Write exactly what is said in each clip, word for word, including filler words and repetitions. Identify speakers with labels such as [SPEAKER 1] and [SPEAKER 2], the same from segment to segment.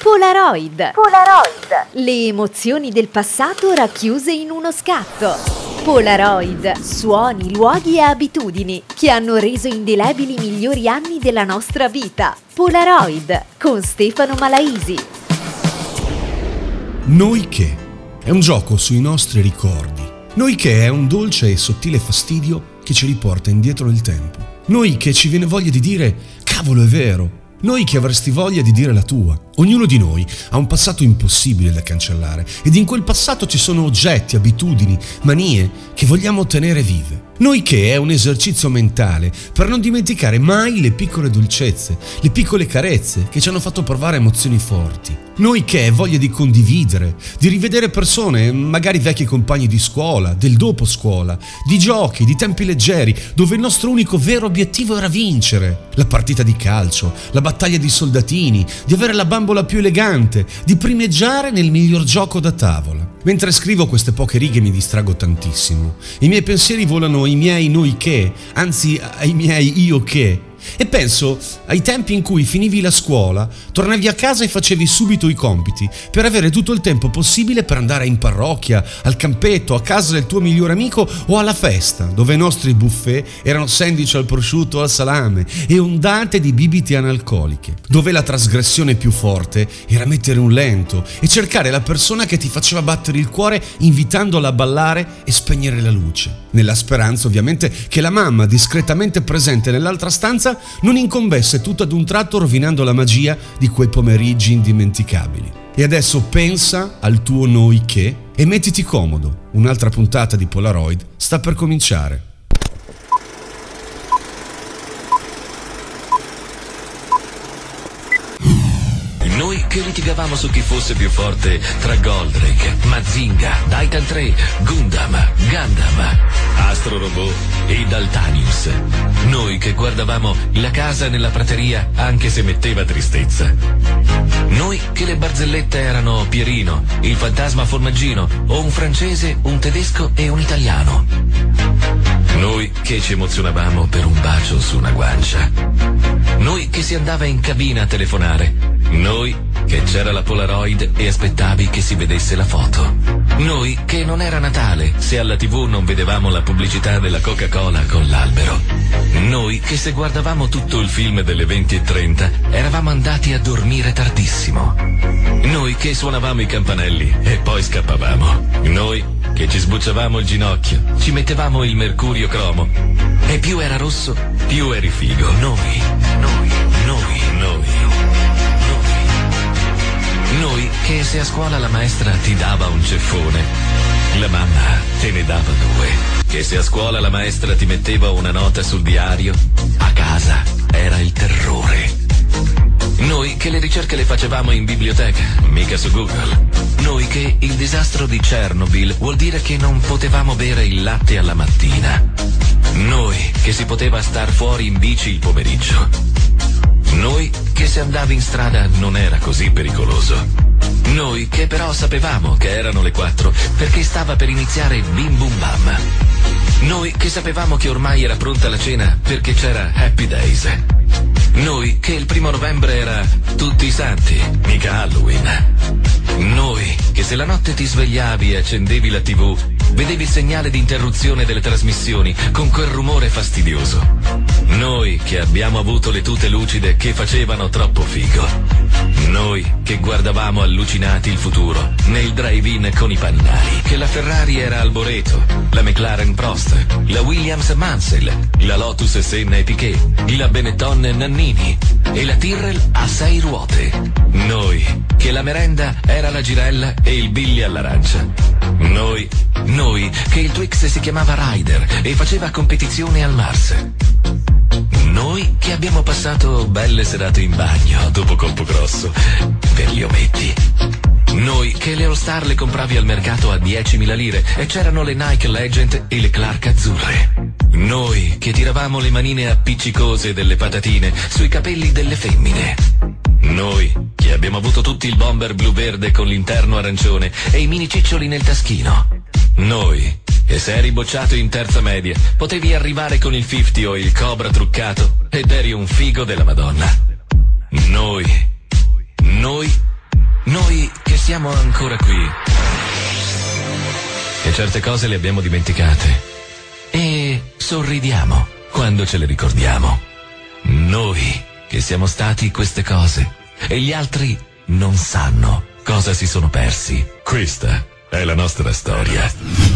[SPEAKER 1] Polaroid.
[SPEAKER 2] Polaroid.
[SPEAKER 1] Le emozioni del passato racchiuse in uno scatto. Polaroid, suoni, luoghi e abitudini che hanno reso indelebili i migliori anni della nostra vita. Polaroid, con Stefano Malaisi.
[SPEAKER 3] Noi che è un gioco sui nostri ricordi. Noi che è un dolce e sottile fastidio che ci riporta indietro nel tempo. Noi che ci viene voglia di dire cavolo, è vero. Noi che avresti voglia di dire la tua. Ognuno di noi ha un passato impossibile da cancellare ed in quel passato ci sono oggetti, abitudini, manie che vogliamo tenere vive. Noi che è un esercizio mentale per non dimenticare mai le piccole dolcezze, le piccole carezze che ci hanno fatto provare emozioni forti. Noi che è voglia di condividere, di rivedere persone, magari vecchi compagni di scuola, del dopo scuola, di giochi, di tempi leggeri, dove il nostro unico vero obiettivo era vincere. La partita di calcio, la battaglia di soldatini, di avere la bambola più elegante, di primeggiare nel miglior gioco da tavola. Mentre scrivo queste poche righe mi distrago tantissimo. I miei pensieri volano ai miei noi che, anzi ai miei io che. E penso ai tempi in cui finivi la scuola, tornavi a casa e facevi subito i compiti per avere tutto il tempo possibile per andare in parrocchia, al campetto, a casa del tuo migliore amico o alla festa, dove i nostri buffet erano sandwich al prosciutto o al salame e ondate di bibite analcoliche, dove la trasgressione più forte era mettere un lento e cercare la persona che ti faceva battere il cuore invitandola a ballare e spegnere la luce, nella speranza ovviamente che la mamma, discretamente presente nell'altra stanza, non incombesse tutto ad un tratto rovinando la magia di quei pomeriggi indimenticabili. E adesso pensa al tuo noi che e mettiti comodo. Un'altra puntata di Polaroid sta per cominciare.
[SPEAKER 4] Noi che litigavamo su chi fosse più forte tra Goldrake, Mazinga, Titan tre, Gundam, Gundam, Astro Robot e Daltanius. Noi che guardavamo la casa nella prateria anche se metteva tristezza. Noi che le barzellette erano Pierino, il fantasma formaggino o un francese, un tedesco e un italiano. Noi che ci emozionavamo per un bacio su una guancia. Noi che si andava in cabina a telefonare. Noi che c'era la Polaroid e aspettavi che si vedesse la foto. Noi che non era Natale se alla tivù non vedevamo la pubblicità della Coca-Cola con l'albero. Noi che se guardavamo tutto il film delle venti e trenta eravamo andati a dormire tardissimo. Noi che suonavamo i campanelli e poi scappavamo. Noi che ci sbucciavamo il ginocchio, ci mettevamo il mercurio cromo e più era rosso più eri figo. Noi, noi, noi, noi. Noi che se a scuola la maestra ti dava un ceffone, la mamma te ne dava due. Che se a scuola la maestra ti metteva una nota sul diario, a casa era il terrore. Noi che le ricerche le facevamo in biblioteca, mica su Google. Noi che il disastro di Chernobyl vuol dire che non potevamo bere il latte alla mattina. Noi che si poteva star fuori in bici il pomeriggio. Noi che se andavi in strada non era così pericoloso. Noi che però sapevamo che erano le quattro perché stava per iniziare Bim Bum Bam. Noi che sapevamo che ormai era pronta la cena perché c'era Happy Days. Noi che il primo novembre era Tutti i Santi, mica Halloween. Noi che se la notte ti svegliavi e accendevi la tivù, vedevi il segnale di interruzione delle trasmissioni con quel rumore fastidioso. Noi che abbiamo avuto le tute lucide che facevano troppo figo. Noi che guardavamo allucinati il futuro nel drive-in con i paninari. Che la Ferrari era Alboreto, la McLaren Prost, la Williams Mansell, la Lotus Senna e Piquet, la Benetton Nannini e la Tyrrell a sei ruote. Noi che la merenda era la Girella e il Billy all'arancia. Noi, noi che il Twix si chiamava Ryder e faceva competizione al Mars. Noi che abbiamo passato belle serate in bagno dopo colpo grosso per gli ometti. Noi che le All Star le compravi al mercato a diecimila lire e c'erano le Nike Legend e le Clark azzurre. Noi che tiravamo le manine appiccicose delle patatine sui capelli delle femmine. Noi che abbiamo avuto tutti il bomber blu-verde con l'interno arancione e i mini ciccioli nel taschino. Noi che se eri bocciato in terza media potevi arrivare con il cinquanta o il Cobra truccato ed eri un figo della Madonna. Noi, noi siamo ancora qui. E certe cose le abbiamo dimenticate. E sorridiamo quando ce le ricordiamo. Noi che siamo stati queste cose. E gli altri non sanno cosa si sono persi. Questa è la nostra storia.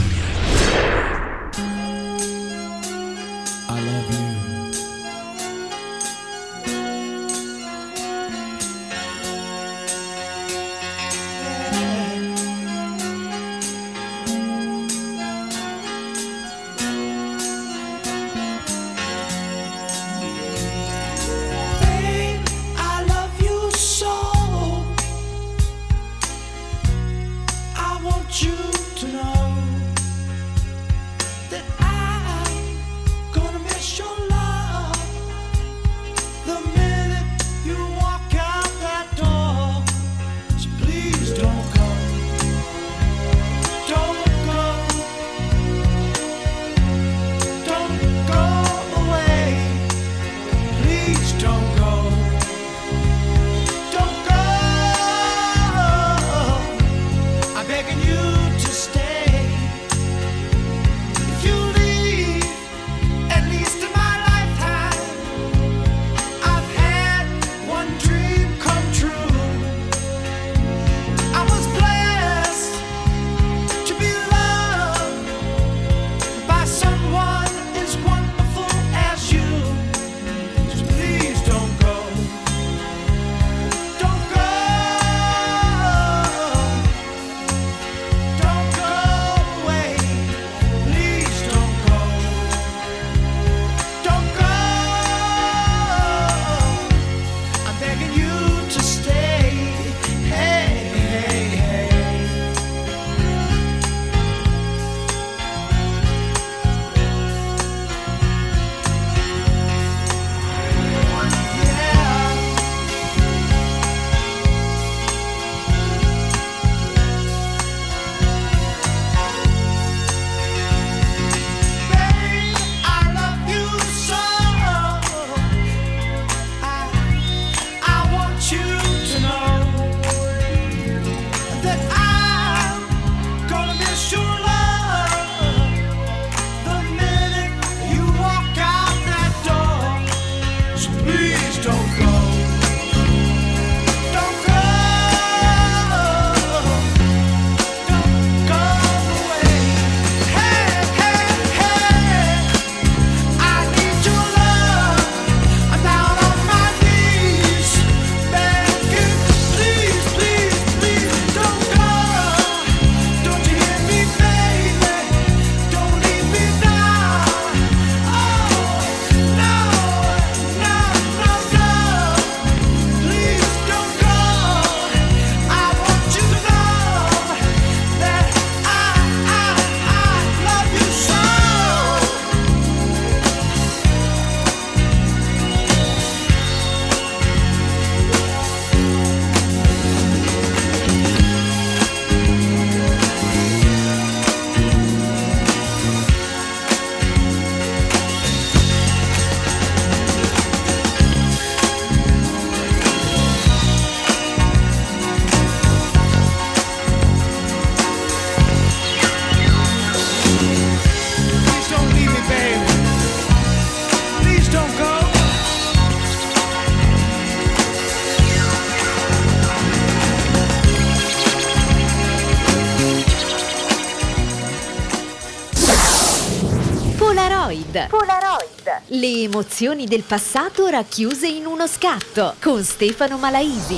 [SPEAKER 1] Polaroid. Polaroid. Le emozioni del passato racchiuse in uno scatto con Stefano Malaisi.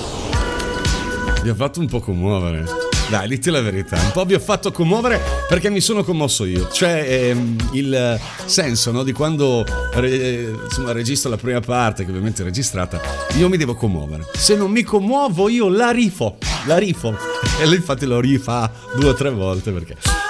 [SPEAKER 3] Vi ha fatto un po' commuovere. Dai, dite la verità, un po' vi ho fatto commuovere perché mi sono commosso io. Cioè ehm, il senso, no, di quando re, insomma, registro la prima parte, che ovviamente è registrata, io mi devo commuovere. Se non mi commuovo io la rifo, la rifo. E lei infatti lo rifà due o tre volte perché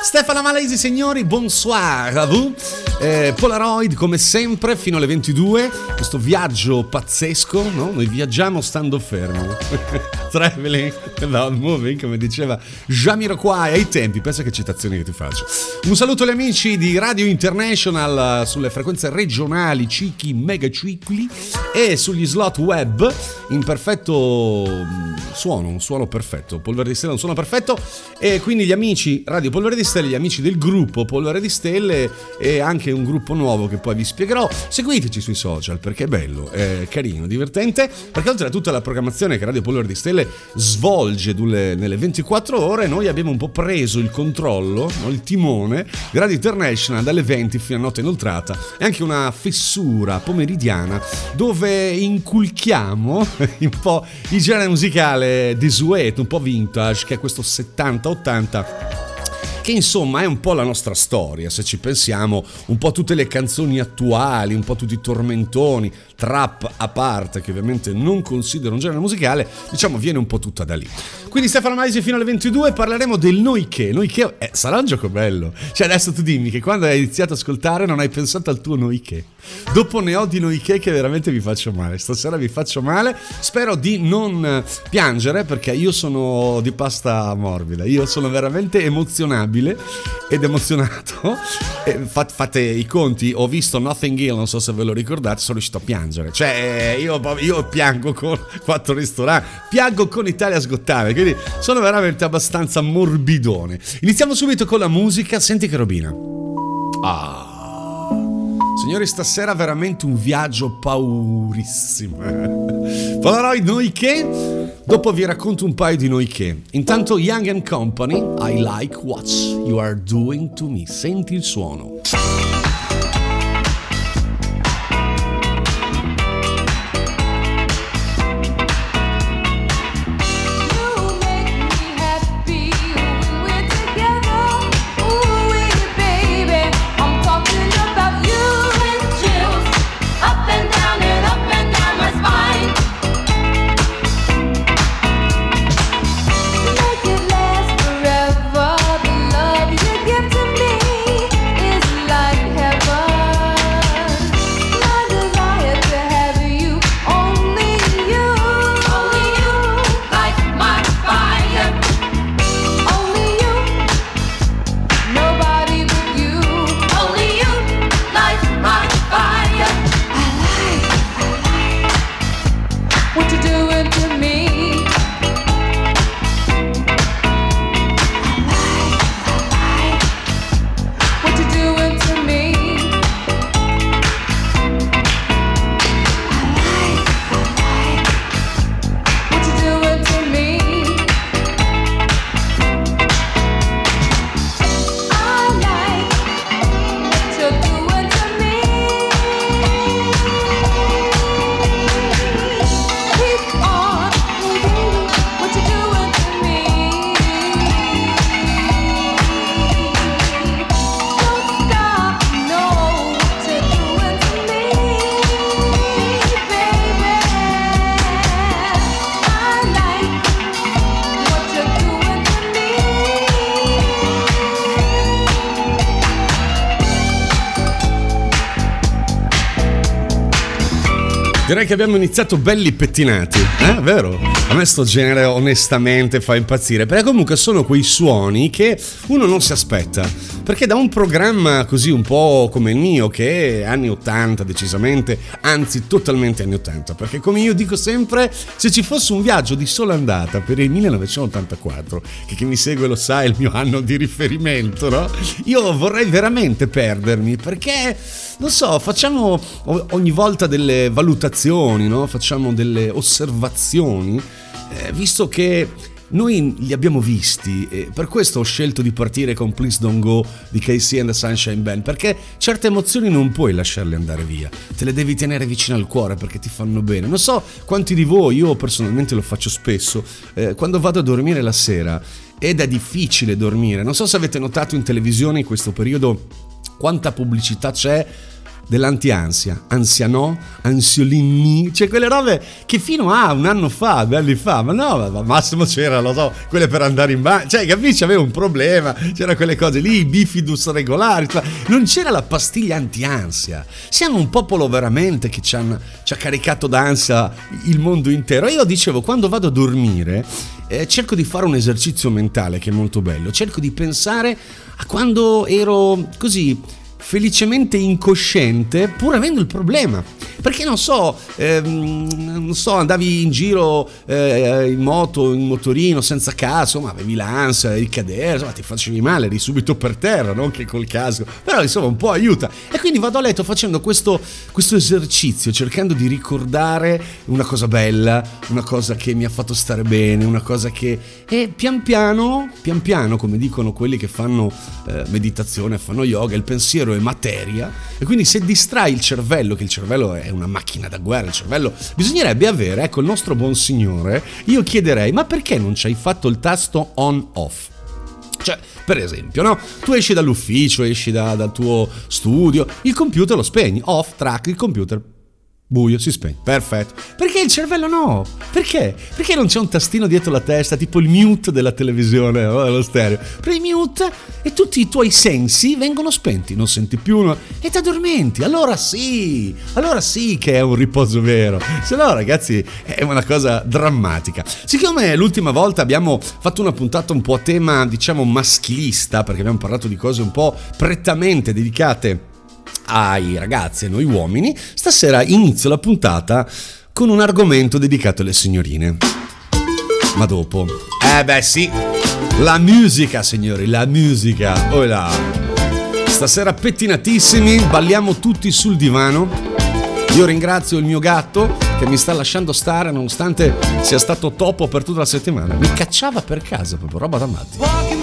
[SPEAKER 3] Stefano Malesi, signori, bonsoir a vous. Eh, Polaroid come sempre fino alle ventidue, questo viaggio pazzesco, no? Noi viaggiamo stando fermi. Traveling without moving, come diceva Jamiroquai ai tempi. Pensa che citazioni che ti faccio. Un saluto agli amici di Radio International sulle frequenze regionali Cicchi Mega Cicli e sugli slot web in perfetto suono, un suono perfetto. Polvere di Stelle, un suono perfetto. E quindi gli amici Radio Polvere di Stelle, gli amici del gruppo Polvere di Stelle e anche un gruppo nuovo che poi vi spiegherò. Seguiteci sui social perché è bello, è carino, divertente, perché oltre a tutta la programmazione che Radio Polvere di Stelle svolge nelle ventiquattro ore, noi abbiamo un po' preso il controllo, no? Il timone di Radio International dalle venti fino a notte inoltrata, e anche una fessura pomeridiana dove inculchiamo un po' il genere musicale desueto, un po' vintage, che è questo settanta ottanta, che insomma è un po' la nostra storia, se ci pensiamo, un po' tutte le canzoni attuali, un po' tutti i tormentoni, trap a parte, che ovviamente non considero un genere musicale, diciamo viene un po' tutta da lì. Quindi Stefano Malesi fino alle ventidue parleremo del noi che, noi che eh, sarà un gioco bello. Cioè adesso tu dimmi che quando hai iniziato ad ascoltare non hai pensato al tuo noi che. Dopo ne ho di noi che che veramente vi faccio male, stasera vi faccio male, spero di non piangere perché io sono di pasta morbida, io sono veramente emozionabile ed emozionato. E fate i conti, ho visto Notting Hill, non so se ve lo ricordate, sono riuscito a piangere, cioè io, io piango con quattro ristoranti, piango con Italia's Got Talent, quindi sono veramente abbastanza morbidone. Iniziamo subito con la musica, senti che robina. Ah, signori, stasera veramente un viaggio paurissimo. Polaroid noi che? Dopo vi racconto un paio di noi che. Intanto Young and Company, I Like What You Are Doing To Me. Senti il suono. Direi che abbiamo iniziato belli pettinati, eh? Vero? A me sto genere onestamente fa impazzire, perché comunque sono quei suoni che uno non si aspetta, perché da un programma così un po' come il mio, che è anni ottanta decisamente, anzi totalmente anni ottanta, perché come io dico sempre, se ci fosse un viaggio di sola andata per il millenovecentottantaquattro, che chi mi segue lo sa è il mio anno di riferimento, no? Io vorrei veramente perdermi, perché non so, facciamo ogni volta delle valutazioni, no? Facciamo delle osservazioni, eh, visto che noi li abbiamo visti, e per questo ho scelto di partire con Please Don't Go di K C and the Sunshine Band, perché certe emozioni non puoi lasciarle andare via, te le devi tenere vicino al cuore perché ti fanno bene. Non so quanti di voi, io personalmente lo faccio spesso, eh, quando vado a dormire la sera ed è difficile dormire, non so se avete notato in televisione in questo periodo quanta pubblicità c'è dell'antiansia, ansia no, ansiolini, cioè quelle robe che fino a un anno fa, due anni fa, ma no, al massimo c'era, lo so, quelle per andare in bagno, cioè capisci, aveva un problema, c'era quelle cose lì, i bifidus regolari, non c'era la pastiglia antiansia. Siamo un popolo veramente che ci, hanno, ci ha caricato d'ansia il mondo intero. Io dicevo, quando vado a dormire eh, cerco di fare un esercizio mentale che è molto bello, cerco di pensare a quando ero così felicemente incosciente, pur avendo il problema, perché non so, ehm, non so, andavi in giro eh, in moto, in motorino, senza casco, ma avevi l'ansia di cadere, insomma, ti facevi male, eri subito per terra, non che col casco, però insomma un po' aiuta. E quindi vado a letto facendo questo, questo esercizio, cercando di ricordare una cosa bella, una cosa che mi ha fatto stare bene, una cosa che... E pian piano, pian piano, come dicono quelli che fanno eh, meditazione, fanno yoga, il pensiero è materia, e quindi se distrai il cervello, che il cervello è una macchina da guerra, il cervello bisognerebbe avere, ecco, il nostro buon signore, io chiederei, ma perché non ci hai fatto il tasto on off? Cioè, per esempio, no? Tu esci dall'ufficio, esci da, dal tuo studio, il computer lo spegni, off track, il computer buio, si spegne, perfetto. Perché il cervello no? Perché? Perché non c'è un tastino dietro la testa, tipo il mute della televisione o dello stereo? Prendi mute e tutti i tuoi sensi vengono spenti, non senti più uno e ti addormenti. Allora sì, allora sì che è un riposo vero. Se no, ragazzi, è una cosa drammatica. Siccome l'ultima volta abbiamo fatto una puntata un po' a tema, diciamo, maschilista, perché abbiamo parlato di cose un po' prettamente dedicate ai ragazzi e noi uomini, stasera inizio la puntata con un argomento dedicato alle signorine. Ma dopo, eh beh sì, la musica, signori, la musica. Oh là. Stasera pettinatissimi, balliamo tutti sul divano. Io ringrazio il mio gatto che mi sta lasciando stare nonostante sia stato topo per tutta la settimana. Mi cacciava per casa, proprio roba da matti.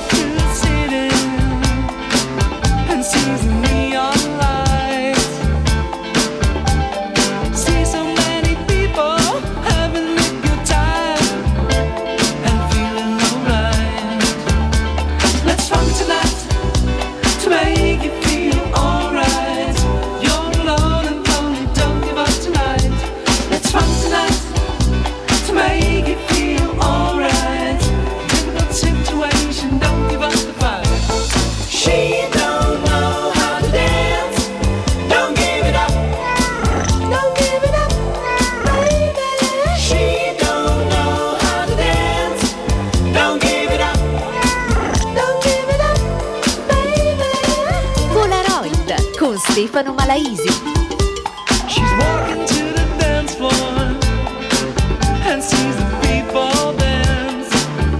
[SPEAKER 1] Stefano Malaisi.
[SPEAKER 2] She's walking to the dance floor and sees the people dance.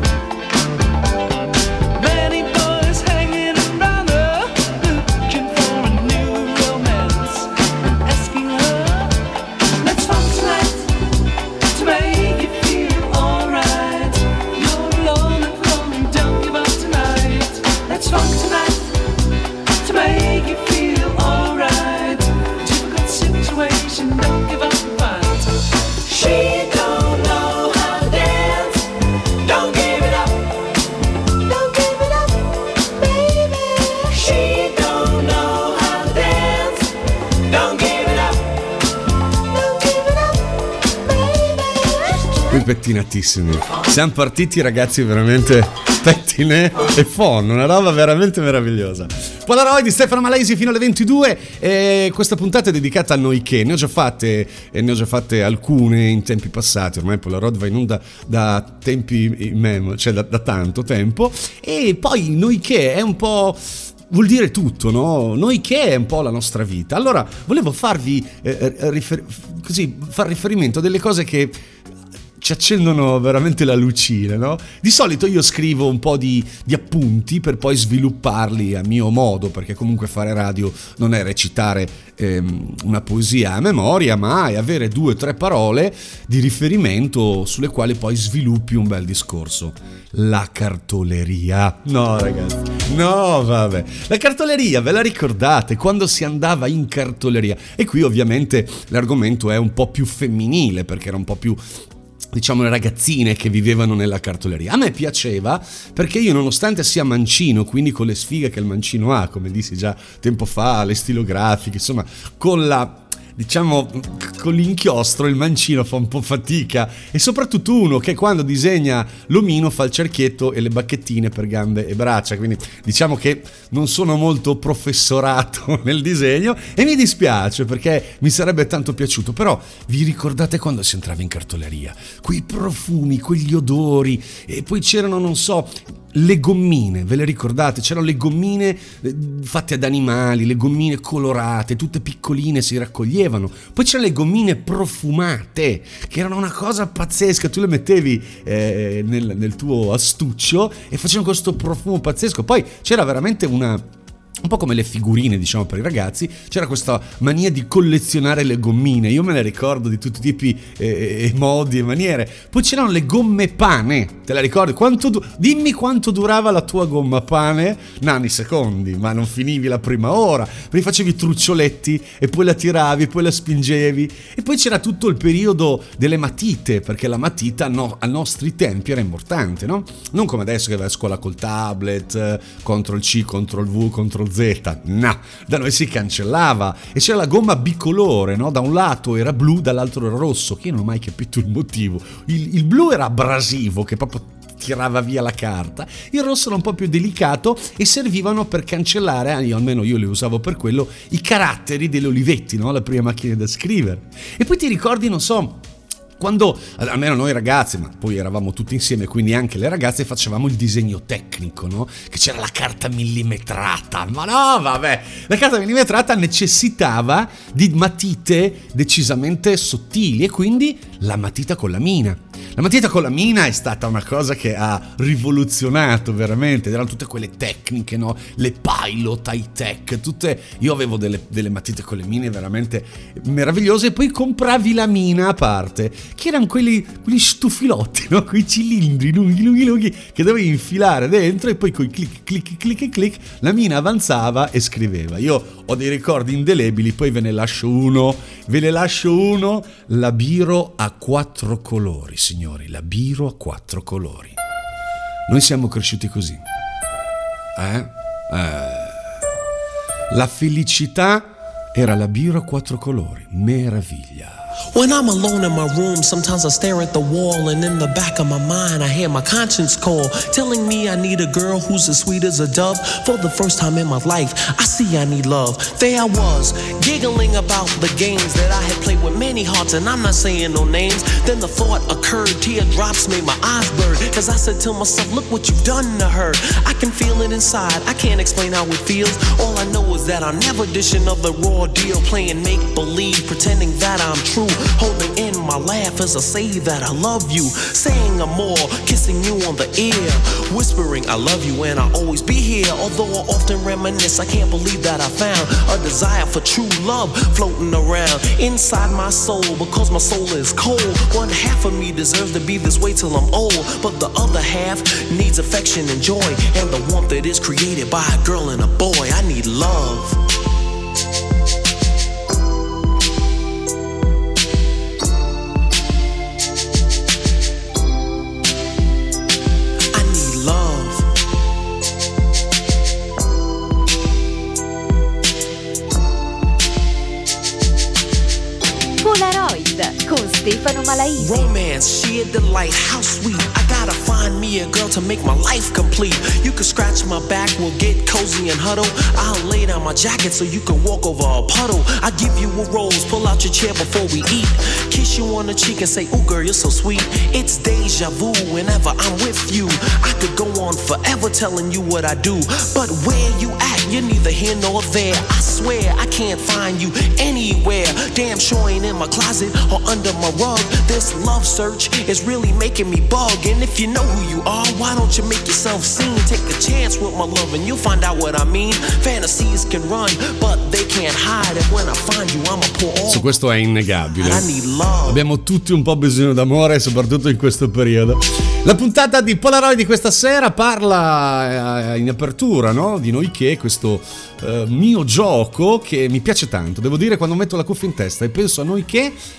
[SPEAKER 2] Many boys hanging around her, looking for a new romance, asking her, let's funk tonight to make you feel alright. You're alone and lonely, don't give up tonight. Let's funk tonight to make you feel alright. Difficult situation, don't give up the fight. She don't know how to dance, don't give it up, don't give it up, baby. She don't know how to dance, don't give it up, don't give it up, baby.
[SPEAKER 3] Qui pettinatissimi. Siamo partiti, ragazzi, veramente pettine e phon, una roba veramente meravigliosa. Polaroid di Stefano Malaisi fino alle ventidue, e questa puntata è dedicata a noi che ne ho già fatte e ne ho già fatte alcune in tempi passati. Ormai Polaroid va in onda da tempi in mem, cioè da, da tanto tempo, e poi noi che è un po', vuol dire tutto, no? Noi che è un po' la nostra vita. Allora volevo farvi eh, rifer- così far riferimento a delle cose che ci accendono veramente la lucina, no? Di solito io scrivo un po' di, di appunti per poi svilupparli a mio modo, perché comunque fare radio non è recitare ehm, una poesia a memoria, ma è avere due o tre parole di riferimento sulle quali poi sviluppi un bel discorso. La cartoleria. No, ragazzi, no, vabbè. La cartoleria, ve la ricordate? Quando si andava in cartoleria? E qui ovviamente l'argomento è un po' più femminile, perché era un po' più diciamo le ragazzine che vivevano nella cartoleria. A me piaceva perché io, nonostante sia mancino, quindi con le sfighe che il mancino ha, come dissi già tempo fa, le stilografiche, insomma con la, diciamo, con l'inchiostro il mancino fa un po' fatica, e soprattutto uno che quando disegna l'omino fa il cerchietto e le bacchettine per gambe e braccia, quindi diciamo che non sono molto professorato nel disegno, e mi dispiace perché mi sarebbe tanto piaciuto. Però vi ricordate quando si entrava in cartoleria? Quei profumi, quegli odori, e poi c'erano, non so, le gommine, ve le ricordate? C'erano le gommine fatte ad animali, le gommine colorate, tutte piccoline, si raccoglievano. Poi c'erano le gommine profumate, che erano una cosa pazzesca. Tu le mettevi eh, nel, nel tuo astuccio e facevano questo profumo pazzesco. Poi c'era veramente una... un po' come le figurine, diciamo, per i ragazzi, c'era questa mania di collezionare le gommine. Io me le ricordo di tutti i tipi e, e modi e maniere. Poi c'erano le gomme pane, te la ricordi? Quanto du- dimmi quanto durava la tua gomma pane? Nani secondi, ma non finivi la prima ora, perché facevi i truccioletti e poi la tiravi e poi la spingevi. E poi c'era tutto il periodo delle matite, perché la matita no, ai nostri tempi era importante, no? Non come adesso che vai a scuola col tablet, contro il C, contro il V, contro il Z, no, da noi si cancellava, e c'era la gomma bicolore, no? Da un lato era blu, dall'altro era rosso, che io non ho mai capito il motivo. Il, il blu era abrasivo, che proprio tirava via la carta, il rosso era un po' più delicato e servivano per cancellare, io, almeno io le usavo per quello, i caratteri delle Olivetti, no? La prima macchina da scrivere. E poi ti ricordi, non so, quando, almeno noi ragazzi, ma poi eravamo tutti insieme, quindi anche le ragazze, facevamo il disegno tecnico, no? Che c'era la carta millimetrata, ma no, vabbè, la carta millimetrata necessitava di matite decisamente sottili, e quindi la matita con la mina. La matita con la mina è stata una cosa che ha rivoluzionato veramente, erano tutte quelle tecniche, no? Le pilot high tech, tutte, io avevo delle, delle matite con le mine veramente meravigliose, e poi compravi la mina a parte, che erano quelli, quelli stufilotti, no? Quei cilindri lunghi lunghi lunghi che dovevi infilare dentro, e poi con i clic clic clic clic la mina avanzava e scriveva. Io ho dei ricordi indelebili, poi ve ne lascio uno, ve ne lascio uno, la biro a quattro colori, signori, la biro a quattro colori. Noi siamo cresciuti così. Eh? Eh. La felicità era la biro a quattro colori, meraviglia.
[SPEAKER 5] When I'm alone in my room, sometimes I stare at the wall, and in the back of my mind I hear my conscience call, telling me I need a girl who's as sweet as a dove. For the first time in my life, I see I need love. There I was, giggling about the games that I had played with many hearts, and I'm not saying no names. Then the thought occurred, teardrops made my eyes burn, cause I said to myself, look what you've done to her. I can feel it inside, I can't explain how it feels. All I know is that I'm never dishing of the raw deal, playing make-believe, pretending that I'm true, holding in my laugh as I say that I love you, saying I'm more, kissing you on the ear, whispering I love you and I'll always be here. Although I often reminisce, I can't believe that I found a desire for true love floating around inside my soul, because my soul is cold. One half of me deserves to be this way till I'm old, but the other half needs affection and joy, and the warmth that is created by a girl and a boy. I need love.
[SPEAKER 1] Polaroid con Stefano Malaisi.
[SPEAKER 5] Romance, sheer delight, how sweet. I gotta find me a girl to make my life complete. You can scratch my back, we'll get cozy and huddle. I'll lay down my jacket so you can walk over a puddle. I give you a rose, pull out your chair before we eat. Kiss you on the cheek and say, ooh girl, you're so sweet. It's deja vu whenever I'm with you. I could go on forever telling you what I do, but where you at, you're neither here nor there. I swear I can't find you anywhere. Damn sure ain't in my closet or under my rug. This love search is really making me bug. And if you know who you are, why don't you make yourself seen? Take a chance with my love and you'll find out what I mean. Fantasies can run, but they can't hide. And when I find you, I'ma pour all.
[SPEAKER 3] Su questo è innegabile.
[SPEAKER 5] I need love.
[SPEAKER 3] Abbiamo tutti un po' bisogno d'amore, soprattutto in questo periodo. La puntata di Polaroid di questa sera parla in apertura, no? Di Noi Che, questo uh, mio gioco che mi piace tanto. Devo dire, quando metto la cuffia in testa e penso a Noi Che,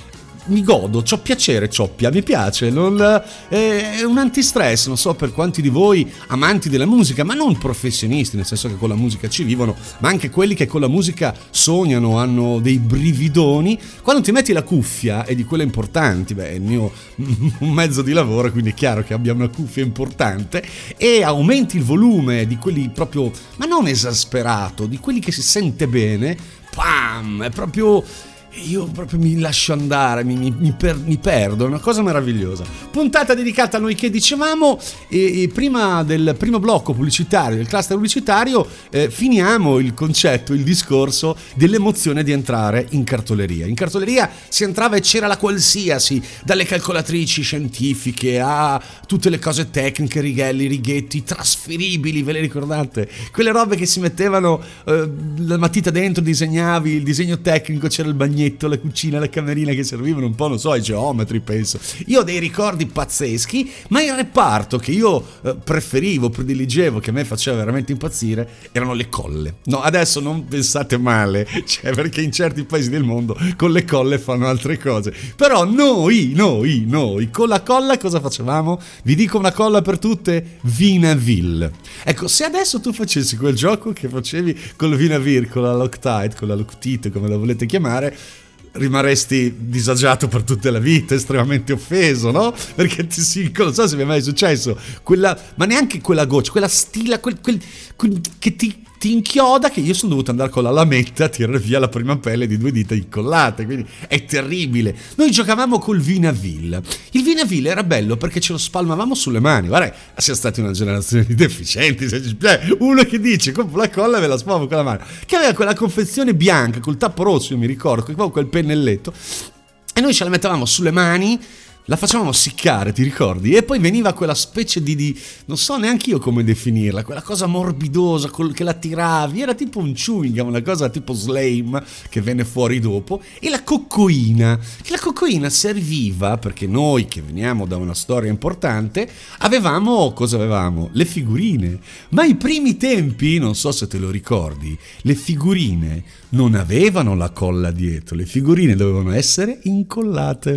[SPEAKER 3] mi godo, c'ho piacere, cioppia, mi piace, non, è un antistress, non so per quanti di voi amanti della musica, ma non professionisti, nel senso che con la musica ci vivono, ma anche quelli che con la musica sognano, hanno dei brividoni. Quando ti metti la cuffia, e di quelle importanti, beh, è il mio un mezzo di lavoro, quindi è chiaro che abbia una cuffia importante, e aumenti il volume di quelli proprio, ma non esasperato, di quelli che si sente bene, pam, è proprio... Io proprio mi lascio andare, mi, mi, mi, per, mi perdo, è una cosa meravigliosa. Puntata dedicata a noi che dicevamo, e, e prima del primo blocco pubblicitario, del cluster pubblicitario, eh, finiamo il concetto, il discorso dell'emozione di entrare in cartoleria. In cartoleria si entrava e c'era la qualsiasi, dalle calcolatrici scientifiche a tutte le cose tecniche, righelli, righetti, trasferibili, ve le ricordate? Quelle robe che si mettevano, eh, la matita dentro, disegnavi il disegno tecnico, c'era il bagnetto, la cucina, la camerina che servivano un po', non so, ai geometri, penso. Io ho dei ricordi pazzeschi, ma il reparto che io eh, preferivo, prediligevo, che a me faceva veramente impazzire, erano le colle. No, adesso non pensate male, cioè, perché in certi paesi del mondo con le colle fanno altre cose. Però noi, noi, noi, con la colla cosa facevamo? Vi dico una colla per tutte, Vinaville. Ecco, se adesso tu facessi quel gioco che facevi con il Vinaville, con la Loctite, con la Loctite, come la volete chiamare, rimarresti disagiato per tutta la vita, estremamente offeso, no? Perché ti si, non so se mi è mai successo, quella, ma neanche quella goccia, quella stilla, quel, quel, quel che ti, ti inchioda, che io sono dovuto andare con la lametta a tirare via la prima pelle di due dita incollate, quindi è terribile. Noi giocavamo col Vinaville. Il Vinaville era bello perché ce lo spalmavamo sulle mani. Guarda, siamo stati una generazione di deficienti, uno che dice compro la colla e me la spalmo con la mano, che aveva quella confezione bianca col tappo rosso, io mi ricordo, con quel pennelletto, e noi ce la mettevamo sulle mani, la facevamo essiccare, ti ricordi? E poi veniva quella specie di, di non so neanche io come definirla, quella cosa morbidosa col, che la tiravi, era tipo un chewing gum, una cosa tipo slime che venne fuori dopo, e la coccoina, che la coccoina serviva perché noi che veniamo da una storia importante avevamo, cosa avevamo? Le figurine, ma ai primi tempi, non so se te lo ricordi, le figurine non avevano la colla dietro, le figurine dovevano essere incollate.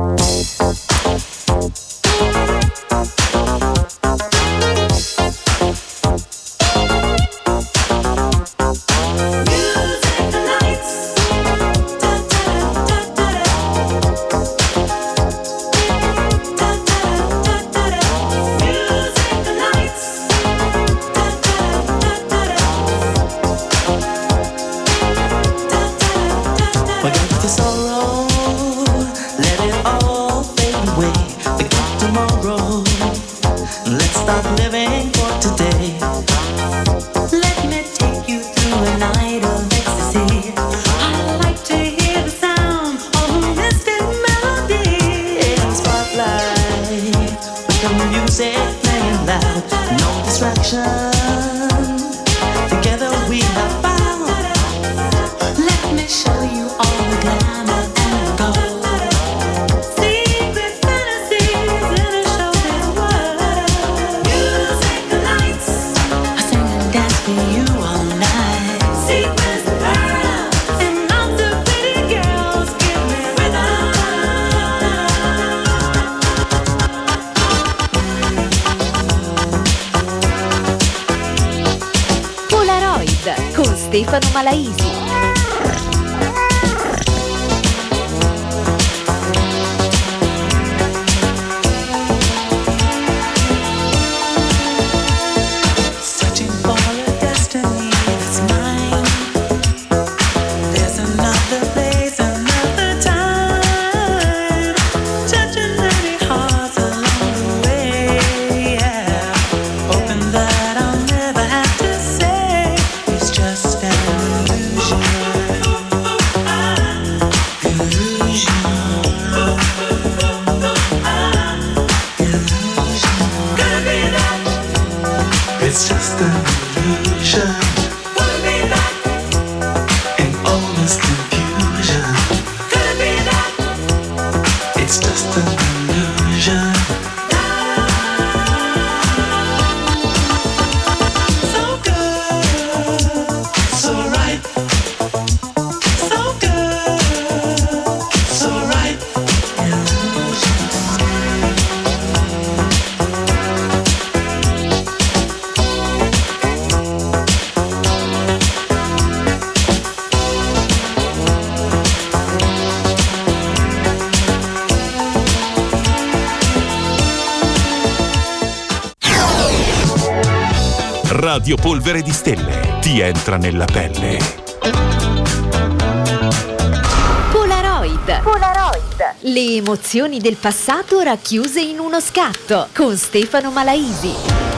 [SPEAKER 1] Stefano Malaisi.
[SPEAKER 6] Radio Polvere di Stelle ti entra nella pelle.
[SPEAKER 1] Polaroid. Polaroid. Le emozioni del passato racchiuse in uno scatto con Stefano Malaisi.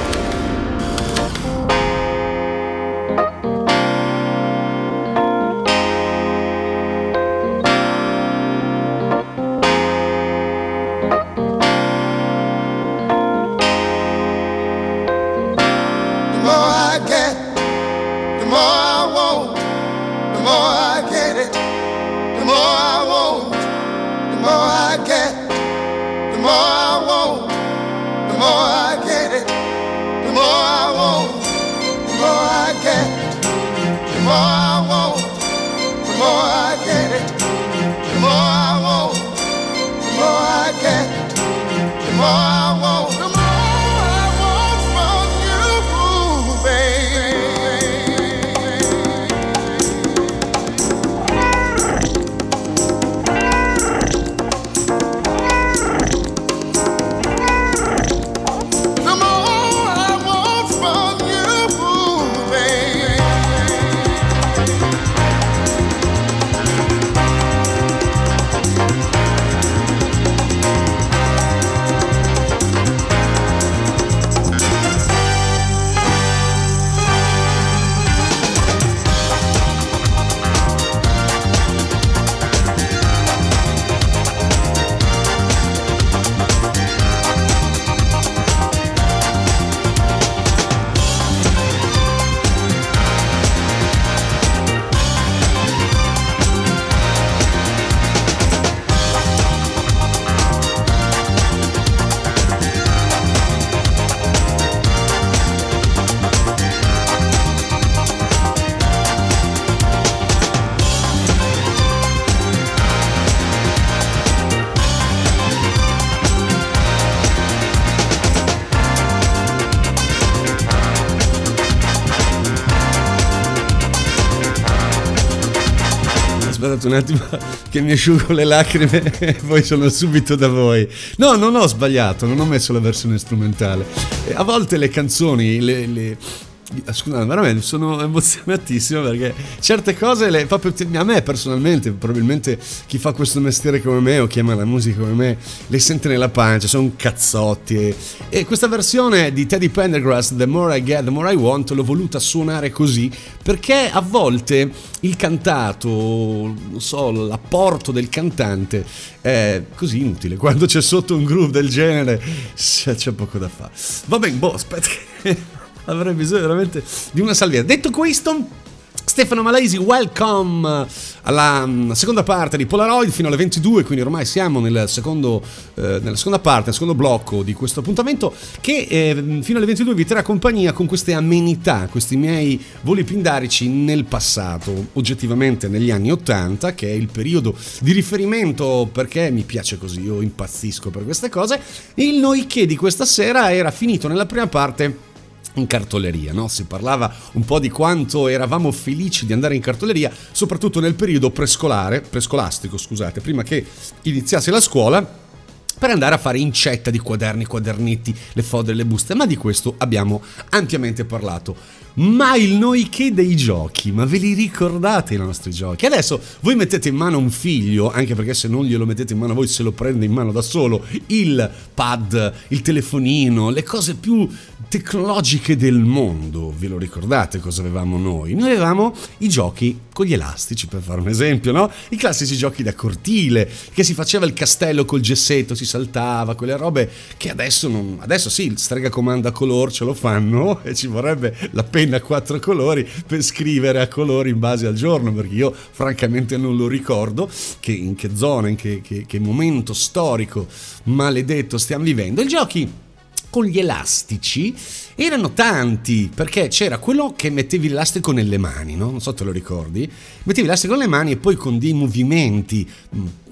[SPEAKER 3] Aspettate un attimo che mi asciugo le lacrime e poi sono subito da voi. No, non ho sbagliato, non ho messo la versione strumentale. E a volte le canzoni, le, le... Scusate, veramente sono emozionatissimo perché certe cose le, proprio a me personalmente, probabilmente chi fa questo mestiere come me o chi ama la musica come me le sente nella pancia, sono cazzotti e, e questa versione di Teddy Pendergrass, The More I Get, The More I Want, l'ho voluta suonare così perché a volte il cantato, non so, l'apporto del cantante è così inutile, quando c'è sotto un groove del genere c'è, c'è poco da fare. Va bene, boh, aspetta che avrei bisogno veramente di una salvietta. Detto questo, Stefano Malaisi, welcome alla seconda parte di Polaroid fino alle ventidue, quindi ormai siamo nel secondo, eh, nella seconda parte, nel secondo blocco di questo appuntamento che eh, fino alle ventidue vi terrà compagnia con queste amenità, questi miei voli pindarici nel passato, oggettivamente negli anni ottanta, che è il periodo di riferimento perché mi piace così, io impazzisco per queste cose. Il noi che di questa sera era finito nella prima parte in cartoleria, no? Si parlava un po' di quanto eravamo felici di andare in cartoleria, soprattutto nel periodo prescolare, prescolastico, scusate, prima che iniziasse la scuola, per andare a fare incetta di quaderni, quadernetti, le fodere, le buste, ma di questo abbiamo ampiamente parlato. Ma il noi che dei giochi, ma ve li ricordate i nostri giochi? Adesso voi mettete in mano un figlio, anche perché se non glielo mettete in mano voi se lo prende in mano da solo, il pad, il telefonino, le cose più tecnologiche del mondo. Ve lo ricordate cosa avevamo noi? Noi avevamo i giochi con gli elastici, per fare un esempio, no? I classici giochi da cortile, che si faceva il castello col gessetto, si saltava, quelle robe che adesso non... Adesso sì, il strega comanda color ce lo fanno e ci vorrebbe la penna a quattro colori per scrivere a colori in base al giorno, perché io francamente non lo ricordo che in che zona, in che, che, che momento storico maledetto stiamo vivendo. I giochi con gli elastici erano tanti, perché c'era quello che mettevi l'elastico nelle mani, no? Non so te lo ricordi? Mettevi l'elastico nelle mani e poi con dei movimenti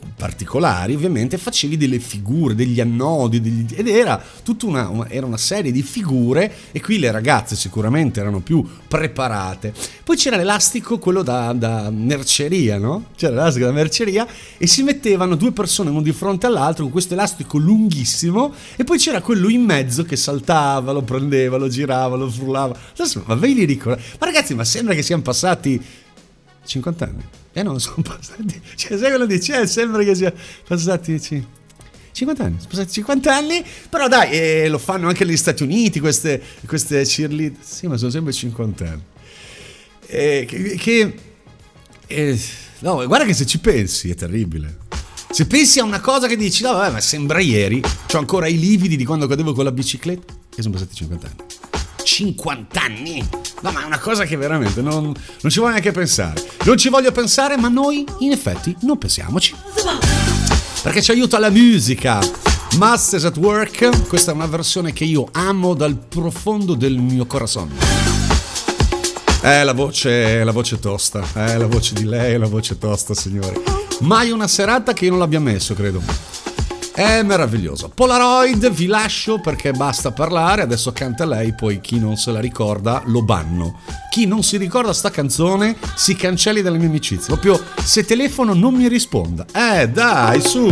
[SPEAKER 3] particolari, ovviamente facevi delle figure, degli annodi, degli, ed era tutta una, una, era una serie di figure, e qui le ragazze sicuramente erano più preparate. Poi c'era l'elastico, quello da, da merceria, no? C'era l'elastico da merceria e si mettevano due persone uno di fronte all'altro con questo elastico lunghissimo, e poi c'era quello in mezzo che saltava, lo prendeva, lo girava, lo frullava. Adesso, ma ve li ricordo? Ma ragazzi, ma sembra che siano passati cinquanta anni. Eh no, sono passati, cioè sai quello dice, eh, sembra che sia passati cinquanta anni, sono passati cinquanta anni, però dai, eh, lo fanno anche negli Stati Uniti queste, queste cheerleader, sì, ma sono sempre cinquanta anni. Eh, che, che eh, no, guarda che se ci pensi è terribile. Se pensi a una cosa che dici, no vabbè, ma sembra ieri, c'ho ancora i lividi di quando cadevo con la bicicletta, e sono passati cinquanta anni. cinquanta anni! No, ma è una cosa che veramente non, non ci voglio neanche pensare. Non ci voglio pensare, ma noi in effetti non pensiamoci. Perché ci aiuta la musica. Masters at Work, questa è una versione che io amo dal profondo del mio corazon. Eh, la voce, la voce tosta. Eh, la voce di lei è la voce tosta, signori. Mai una serata che io non l'abbia messo, credo. È meraviglioso. Polaroid, vi lascio perché basta parlare, adesso canta lei, poi chi non se la ricorda lo banno. Chi non si ricorda sta canzone si cancelli dalle mie amicizie. Proprio se telefono non mi risponda. Eh dai, su!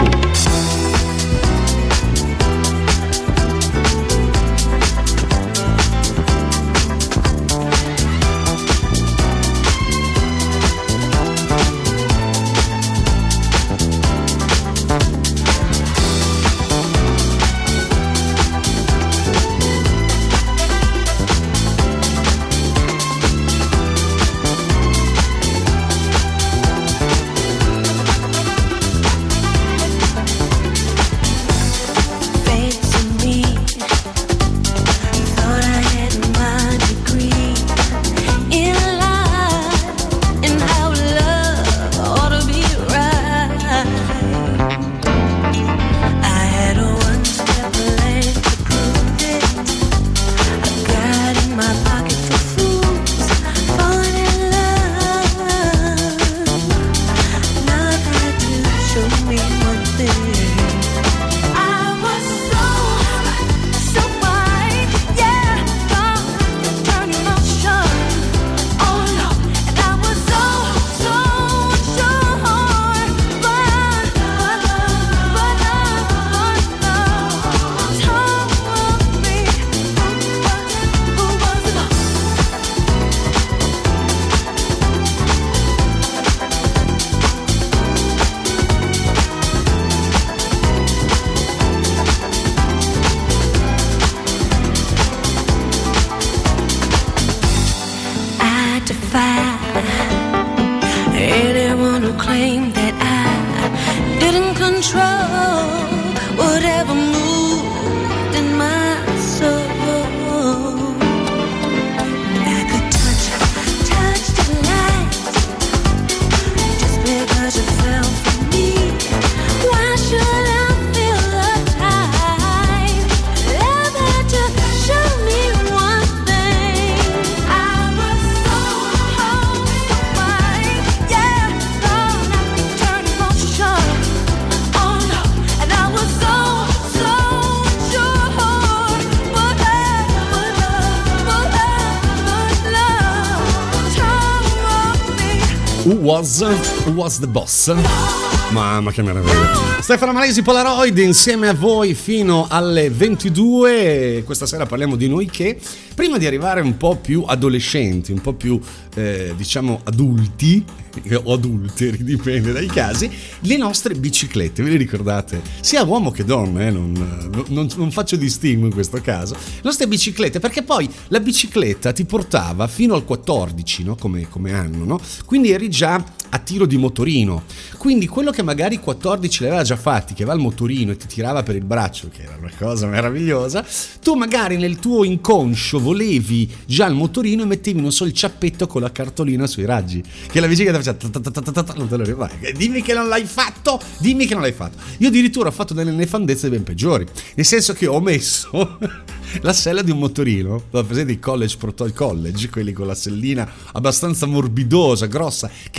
[SPEAKER 3] Who was, who was the boss? Mamma che meraviglia. Stefano Malesi, Polaroid, insieme a voi fino alle ventidue. Questa sera parliamo di noi che, prima di arrivare un po' più adolescenti, un po' più eh, diciamo adulti o adulteri, dipende dai casi, le nostre biciclette, ve le ricordate? Sia uomo che donna, eh? non, non, non faccio distinguo in questo caso. Le nostre biciclette, perché poi la bicicletta ti portava fino al quattordici, no? come, come anno, no? Quindi eri già a tiro di motorino, quindi quello che magari quattordici l'aveva già fatti, che va al motorino e ti tirava per il braccio, che era una cosa meravigliosa, tu magari nel tuo inconscio volevi già il motorino e mettevi, non so, il ciappetto con la cartolina sui raggi, che la bicicletta faceva, non te lo ricordi. Dimmi che non l'hai fatto, dimmi che non l'hai fatto. Io addirittura ho fatto delle nefandezze ben peggiori, nel senso che ho messo la sella di un motorino, presente i college, proto college, quelli con la sellina abbastanza morbidosa, grossa, che dietro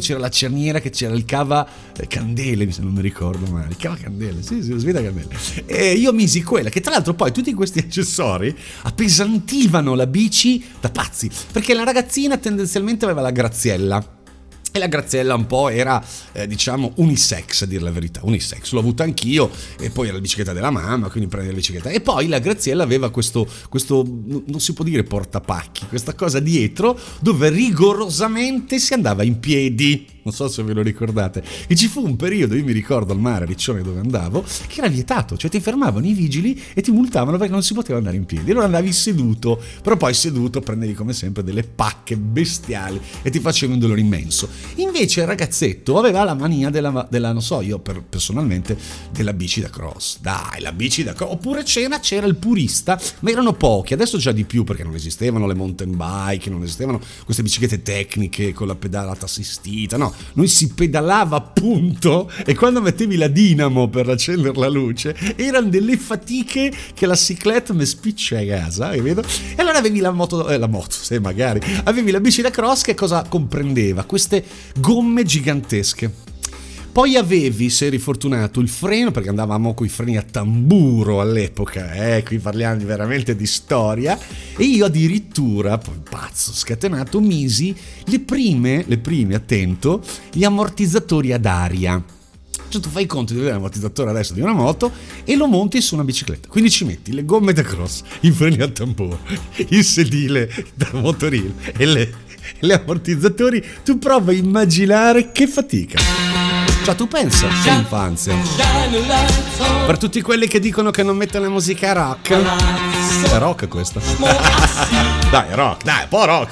[SPEAKER 3] c'era la cerniera che c'era il cava candele, se non mi ricordo male, il cava candele, sì, sì, svita candele. E io misi quella, che tra l'altro poi tutti questi accessori appesantivano la bici da pazzi, perché la ragazzina tendenzialmente aveva la graziella. E la graziella un po' era, eh, diciamo, unisex, a dire la verità, unisex, l'ho avuta anch'io, e poi era la bicicletta della mamma, quindi prendi la bicicletta. E poi la graziella aveva questo, questo, non si può dire portapacchi, questa cosa dietro, dove rigorosamente si andava in piedi. Non so se ve lo ricordate. E ci fu un periodo, io mi ricordo al mare a Riccione dove andavo, che era vietato, cioè ti fermavano i vigili e ti multavano perché non si poteva andare in piedi. Allora andavi seduto, però poi seduto prendevi come sempre delle pacche bestiali e ti facevi un dolore immenso. Invece il ragazzetto aveva la mania della, della non so, io per, personalmente, della bici da cross. Dai, la bici da cross. Oppure c'era, c'era il purista, ma erano pochi, adesso già di più perché non esistevano le mountain bike, non esistevano queste biciclette tecniche con la pedalata assistita, no. Noi si pedalava appunto, e quando mettevi la dinamo per accendere la luce erano delle fatiche che la ciclette mi spiccia a casa, hai vedo? E allora avevi la moto, eh, la moto, se magari avevi la bici da cross, che cosa comprendeva? Queste gomme gigantesche. Poi avevi, se eri fortunato, il freno, perché andavamo con i freni a tamburo all'epoca, eh, qui parliamo veramente di storia, e io addirittura, poi pazzo, scatenato, misi le prime, le prime, attento, gli ammortizzatori ad aria. Cioè tu fai conto di avere l'ammortizzatore adesso di una moto e lo monti su una bicicletta, quindi ci metti le gomme da cross, i freni a tamburo, il sedile da motorino e le, le ammortizzatori. Tu prova a immaginare che fatica. Cioè tu pensa, che infanzia. Per tutti quelli che dicono che non mettono la musica rock, è rock questa. Dai, rock, dai, un po' rock.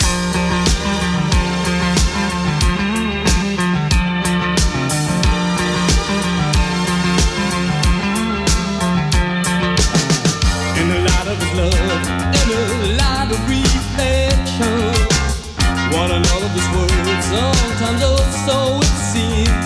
[SPEAKER 2] In a lot of love, in a lot of reflection, one another this world, sometimes oh so it seems.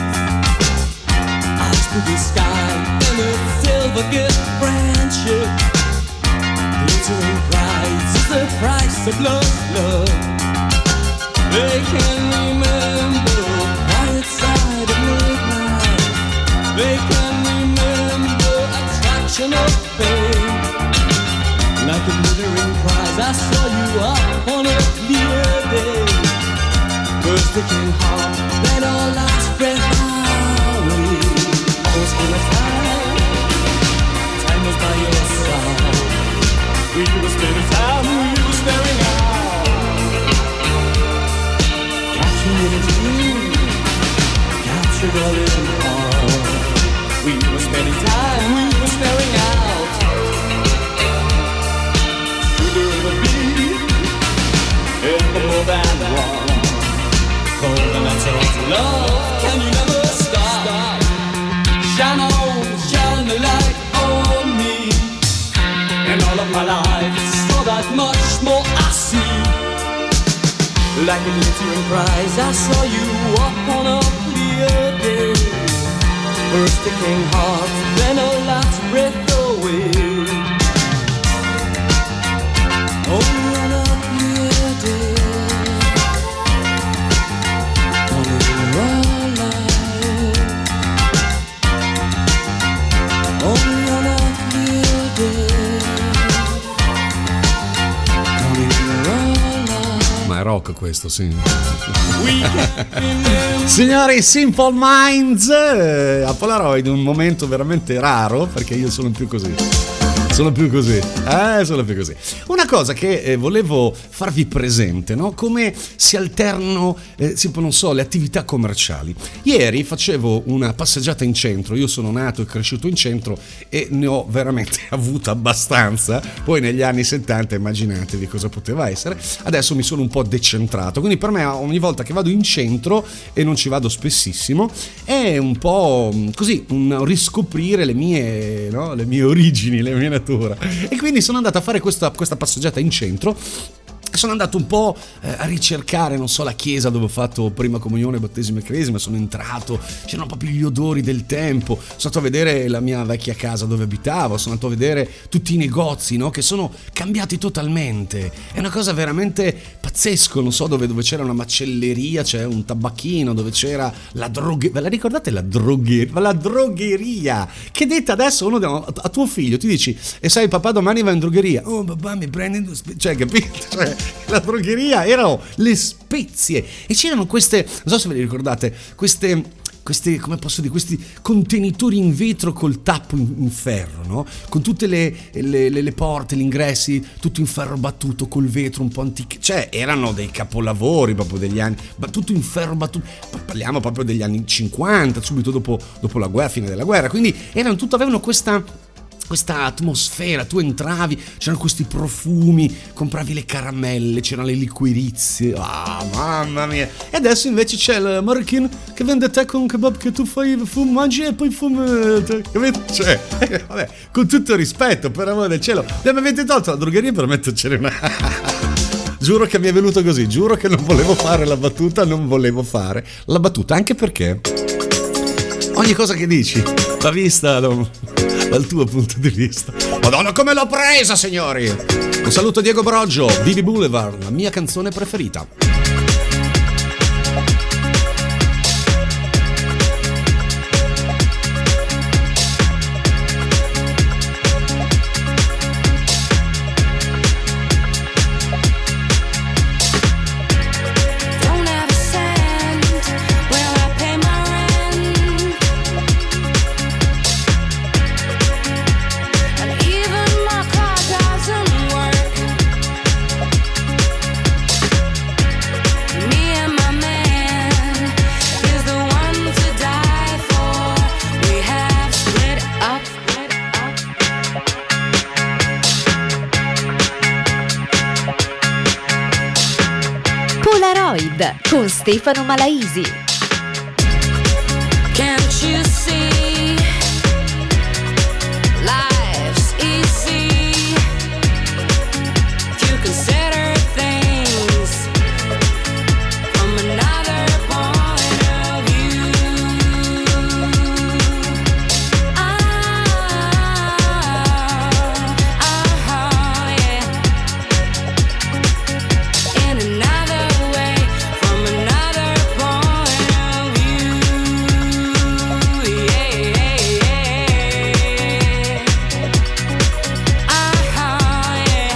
[SPEAKER 2] To the sky in a silver gift friendship, glittering price is the price of love, love. They can remember quiet side of midnight. They can remember attraction of fame. Like a glittering prize, I saw you up on a clear day. First picking heart, then our last breath away. Was in a time, time was by your side. We were spending time, we were staring out. Captured in a dream, captured all in heart. We were spending time, we were staring out. Through the beat, ever more than one. Cold and that's all love, can you never stop? Shine on, shine the light on me. And all of my life, so that much more I see. Like a glittering prize, I saw you up on a clear day. First aching heart, then a last breath away. Only on a clear day. Only one life. Only on a clear day.
[SPEAKER 3] Ma è rock questo, sì. Signori, Simple Minds, eh, a Polaroid, un momento veramente raro, perché io sono più così. Sono più così, eh, sono più così. Una cosa che eh, volevo farvi presente, no? Come si alternano, eh, tipo, non so, le attività commerciali. Ieri facevo una passeggiata in centro, io sono nato e cresciuto in centro e ne ho veramente avuta abbastanza. Poi negli anni settanta, immaginatevi cosa poteva essere. Adesso mi sono un po' decentrato, quindi per me ogni volta che vado in centro, e non ci vado spessissimo, è un po' così, un riscoprire le mie, no? Le mie origini, le mie nature. E quindi sono andato a fare questa, questa passeggiata in centro sono andato un po' eh, a ricercare, non so, la chiesa dove ho fatto prima comunione, battesimo e cresima, sono entrato, c'erano proprio gli odori del tempo, sono stato a vedere la mia vecchia casa dove abitavo, sono andato a vedere tutti i negozi, no, che sono cambiati totalmente, è una cosa veramente pazzesco, non so, dove, dove c'era una macelleria, c'è un tabacchino, dove c'era la drogheria, ve la ricordate la drogheria? La drogheria, che detta adesso uno a tuo figlio ti dici, e sai papà domani va in drogheria, oh papà mi prendi due spezie, cioè capito? Cioè, la drogheria erano le spezie e c'erano queste, non so se ve le ricordate, queste queste, come posso dire, questi contenitori in vetro col tappo in, in ferro, no? Con tutte le, le, le, le porte, gli ingressi, tutto in ferro battuto, col vetro un po' antico, cioè erano dei capolavori proprio degli anni, ma tutto in ferro battuto, parliamo proprio degli anni cinquanta, subito dopo, dopo la guerra, fine della guerra, quindi erano tutto, avevano questa questa atmosfera, tu entravi, c'erano questi profumi, compravi le caramelle, c'erano le liquirizie, ah mamma mia, e adesso invece c'è il marocchino che vende te con un kebab che tu fai, fum, mangi e poi fum, capito? Cioè, eh, vabbè, con tutto il rispetto, per amore del cielo, mi avete tolto la drogheria per mettercene una... Giuro che mi è venuto così, giuro che non volevo fare la battuta, non volevo fare la battuta, anche perché ogni cosa che dici va vista da... dal tuo punto di vista. Madonna come l'ho presa, signori! Un saluto a Diego Broggio, Vivi Boulevard, la mia canzone preferita.
[SPEAKER 1] Polaroid con Stefano Malaisi.
[SPEAKER 7] Can't you see life's easy if you consider things from another point of view? Ah, ah, yeah. In another way, from another point of view. Yeah, yeah, yeah. Ah, yeah.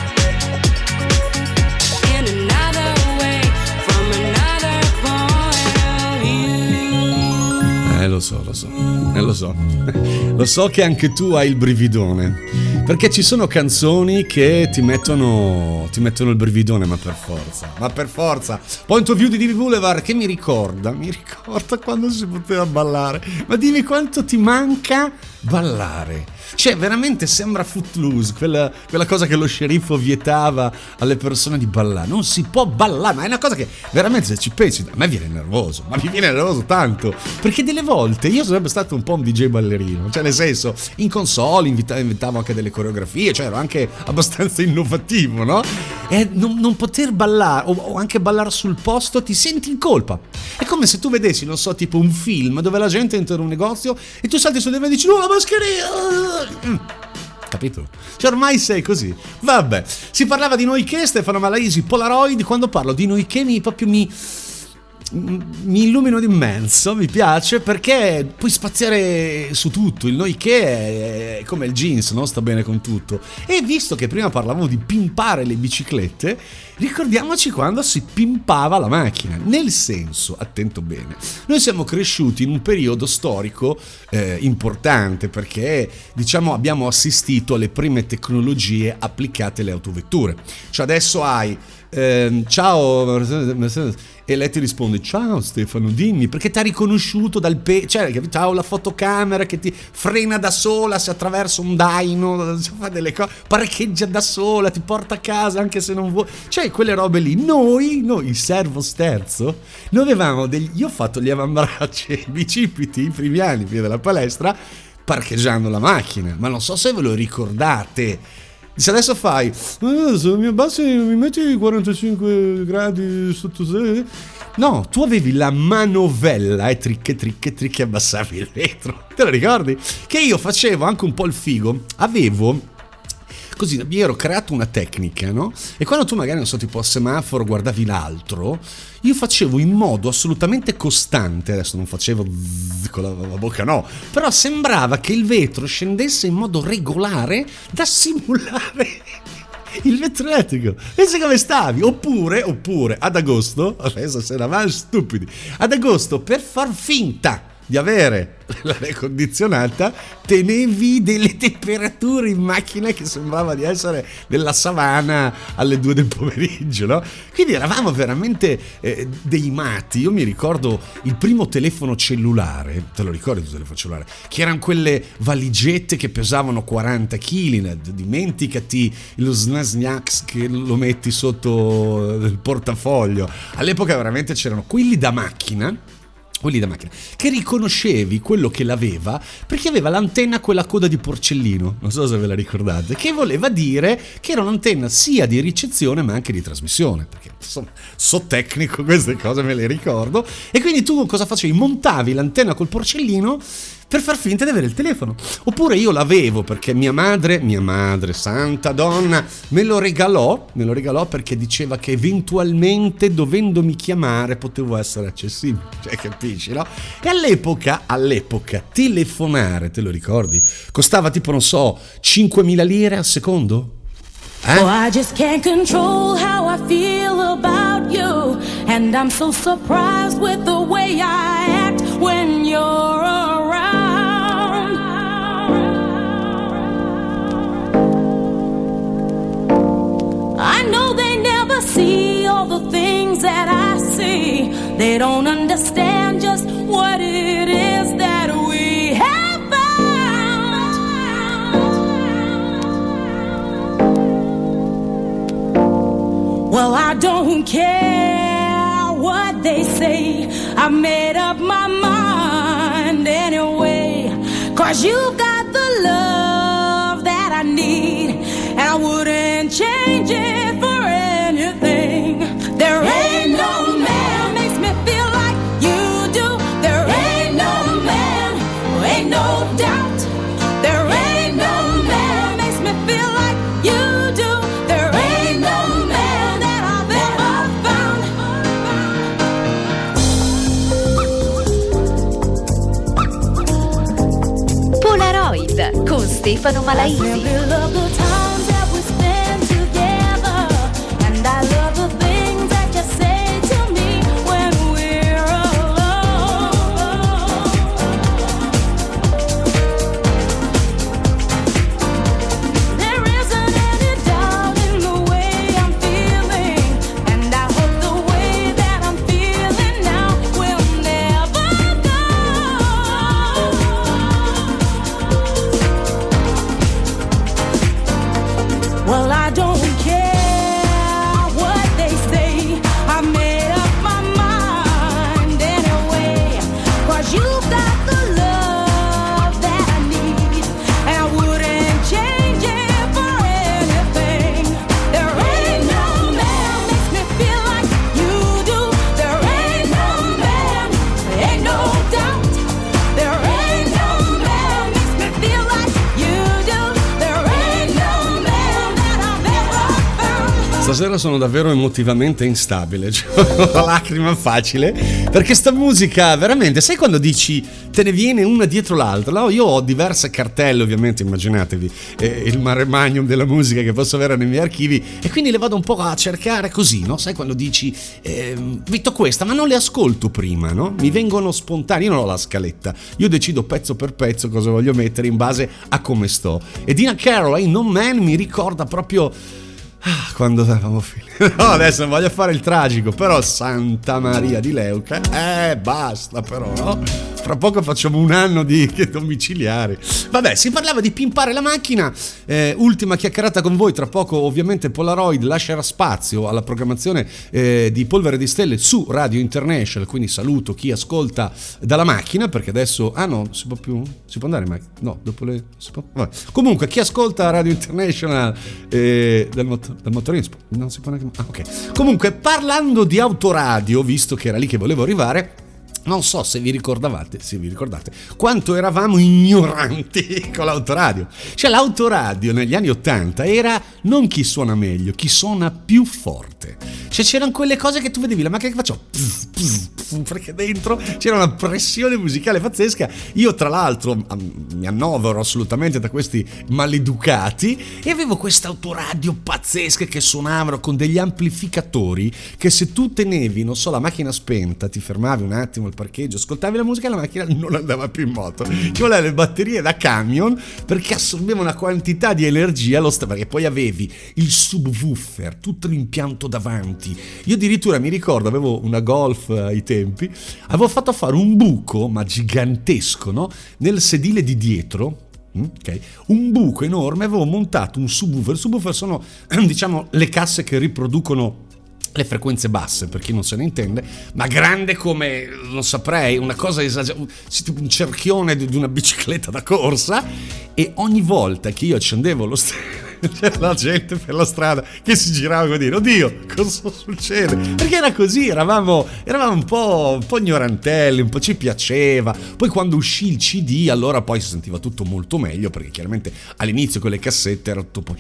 [SPEAKER 7] In another way, from another point of view.
[SPEAKER 3] Eh, lo so, lo so, eh, lo so. Lo so che anche tu hai il brividone. Perché ci sono canzoni che ti mettono ti mettono il brividone, ma per forza, ma per forza. Point of View di Divi Boulevard che mi ricorda, mi ricorda quando si poteva ballare. Ma dimmi quanto ti manca ballare. Cioè, veramente sembra Footloose, quella, quella cosa che lo sceriffo vietava alle persone di ballare. Non si può ballare, ma è una cosa che veramente, se ci pensi, a me viene nervoso, ma mi viene nervoso tanto. Perché delle volte io sono sempre stato un po' un D J ballerino, cioè nel senso, in console invitavo, inventavo anche delle coreografie, cioè ero anche abbastanza innovativo, no? E non, non poter ballare, o, o anche ballare sul posto, ti senti in colpa. È come se tu vedessi, non so, tipo un film dove la gente entra in un negozio e tu salti su di me e dici no, la mascherina. Mm. Capito? Cioè ormai sei così. Vabbè, si parlava di noi che Stefano Malaisi, Polaroid. Quando parlo di noi che mi proprio mi mi illumino d'immenso, mi piace perché puoi spaziare su tutto. Il noi che è come il jeans, no? Sta bene con tutto. E visto che prima parlavamo di pimpare le biciclette, ricordiamoci quando si pimpava la macchina. Nel senso, attento bene, noi siamo cresciuti in un periodo storico eh, importante perché, diciamo, abbiamo assistito alle prime tecnologie applicate alle autovetture. Cioè adesso hai eh, ciao Mercedes, e lei ti risponde ciao Stefano, dimmi, perché ti ha riconosciuto dal pe... cioè ciao, la fotocamera che ti frena da sola se attraverso un daino, fa delle cose, parcheggia da sola, ti porta a casa anche se non vuoi, cioè quelle robe lì. Noi, noi il servo sterzo, noi avevamo degli... io ho fatto gli avambracci, i bicipiti, i primi anni prima della palestra, parcheggiando la macchina, ma non so se ve lo ricordate. Se adesso fai, eh, se mi abbassi mi metti quarantacinque gradi sotto zero. No, tu avevi la manovella e tricche, tricche, tricche abbassavi il vetro. Te lo ricordi? Che io facevo anche un po' il figo. Avevo... Così mi ero creato una tecnica, no? E quando tu magari, non so, tipo a semaforo guardavi l'altro, io facevo in modo assolutamente costante, adesso non facevo zzz con la, la bocca, no, però sembrava che il vetro scendesse in modo regolare da simulare il vetro elettrico. Pensa come stavi. Oppure, oppure ad agosto, adesso se eravamo stupidi, ad agosto, per far finta di avere l'aria condizionata, tenevi delle temperature in macchina che sembrava di essere nella savana alle due del pomeriggio, no? Quindi eravamo veramente eh, dei matti. Io mi ricordo il primo telefono cellulare, te lo ricordi il telefono cellulare? Che erano quelle valigette che pesavano quaranta chili, dimenticati lo snasnax che lo metti sotto il portafoglio. All'epoca veramente c'erano quelli da macchina, quelli da macchina, che riconoscevi quello che l'aveva perché aveva l'antenna quella coda di porcellino, non so se ve la ricordate, che voleva dire che era un'antenna sia di ricezione ma anche di trasmissione, perché insomma so tecnico, queste cose me le ricordo. E quindi tu cosa facevi? Montavi l'antenna col porcellino per far finta di avere il telefono. Oppure io l'avevo perché mia madre, mia madre, santa donna, me lo regalò, me lo regalò perché diceva che eventualmente dovendomi chiamare potevo essere accessibile, cioè capisci, no? E all'epoca, all'epoca telefonare, te lo ricordi? Costava tipo, non so, cinquemila lire al secondo? Eh?
[SPEAKER 7] Oh, I just can't control how I feel about you, and I'm so surprised with the way I act when you're around. I know they never see all the things that I see. They don't understand just what it is that we have found. Well, I don't care what they say, I made up my mind anyway. Cause you've got the love that I need, and I wouldn't change it for anything. There ain't no man makes me feel like you do. There ain't no man, ain't no doubt. There ain't no man makes me feel like you do. There ain't no man that I've ever found.
[SPEAKER 1] Polaroid con Stefano
[SPEAKER 7] I
[SPEAKER 1] Malaisi.
[SPEAKER 7] simply love the times that we spend together, and I love the things that you say to me when we're alone. There isn't any doubt in the way I'm feeling, and I hope the way that I'm feeling now will never go. Well, I don't care what they say, I made up my mind anyway. Cause you've got the love that I need, and I wouldn't change it for anything. There ain't no man makes me feel like you do. There ain't no man, ain't no doubt. There ain't no man makes me feel like you do. There ain't no man that I've ever found.
[SPEAKER 3] Stasera sono davvero emotivamente instabile, cioè, ho la lacrima facile, perché sta musica veramente, sai quando dici te ne viene una dietro l'altra, no? Io ho diverse cartelle, ovviamente, immaginatevi eh, il mare magnum della musica che posso avere nei miei archivi, e quindi le vado un po' a cercare così, no? Sai quando dici eh, metto questa, ma non le ascolto prima, no? Mi vengono spontanei, io non ho la scaletta, io decido pezzo per pezzo cosa voglio mettere in base a come sto. E Dina Carroll, No Man, mi ricorda proprio ah, quando eravamo figli. No, adesso non voglio fare il tragico, però Santa Maria di Leuca, eh basta però, no? fra poco facciamo un anno di domiciliari. Vabbè, si parlava di pimpare la macchina. Eh, ultima chiacchierata con voi, tra poco ovviamente Polaroid lascerà spazio alla programmazione eh, di Polvere di Stelle su Radio International, quindi saluto chi ascolta dalla macchina, perché adesso ah no, si può più si può andare in macchina, no, dopo le si può, vabbè. Comunque chi ascolta Radio International eh, dal, mot- dal motorino non si può neanche, ah, ok. Comunque, parlando di autoradio, visto che era lì che volevo arrivare, non so se vi ricordavate, se vi ricordate quanto eravamo ignoranti con l'autoradio. Cioè l'autoradio negli anni ottanta era non chi suona meglio, chi suona più forte. Cioè c'erano quelle cose che tu vedevi la macchina che faceva pff, pff, pff, perché dentro c'era una pressione musicale pazzesca. Io tra l'altro mi annovero assolutamente da questi maleducati e avevo questa autoradio pazzesca che suonavano con degli amplificatori che se tu tenevi, non so, la macchina spenta, ti fermavi un attimo al parcheggio, ascoltavi la musica e la macchina non andava più in moto. Ci volevano le batterie da camion perché assorbeva una quantità di energia allo st- perché poi avevi il subwoofer, tutto l'impianto davanti. Io addirittura mi ricordo, avevo una Golf ai tempi, avevo fatto fare un buco ma gigantesco, no? Nel sedile di dietro. Okay. Un buco enorme, avevo montato un subwoofer. Il subwoofer sono diciamo le casse che riproducono le frequenze basse, per chi non se ne intende, ma grande come, non saprei, una cosa esagerata, tipo un cerchione di una bicicletta da corsa. E ogni volta che io accendevo lo stereo c'era la gente per la strada che si girava a dire oddio cosa succede, perché era così, eravamo, eravamo un po', un po' ignorantelli, un po' ci piaceva. Poi quando uscì il C D allora poi si sentiva tutto molto meglio, perché chiaramente all'inizio con le cassette era tutto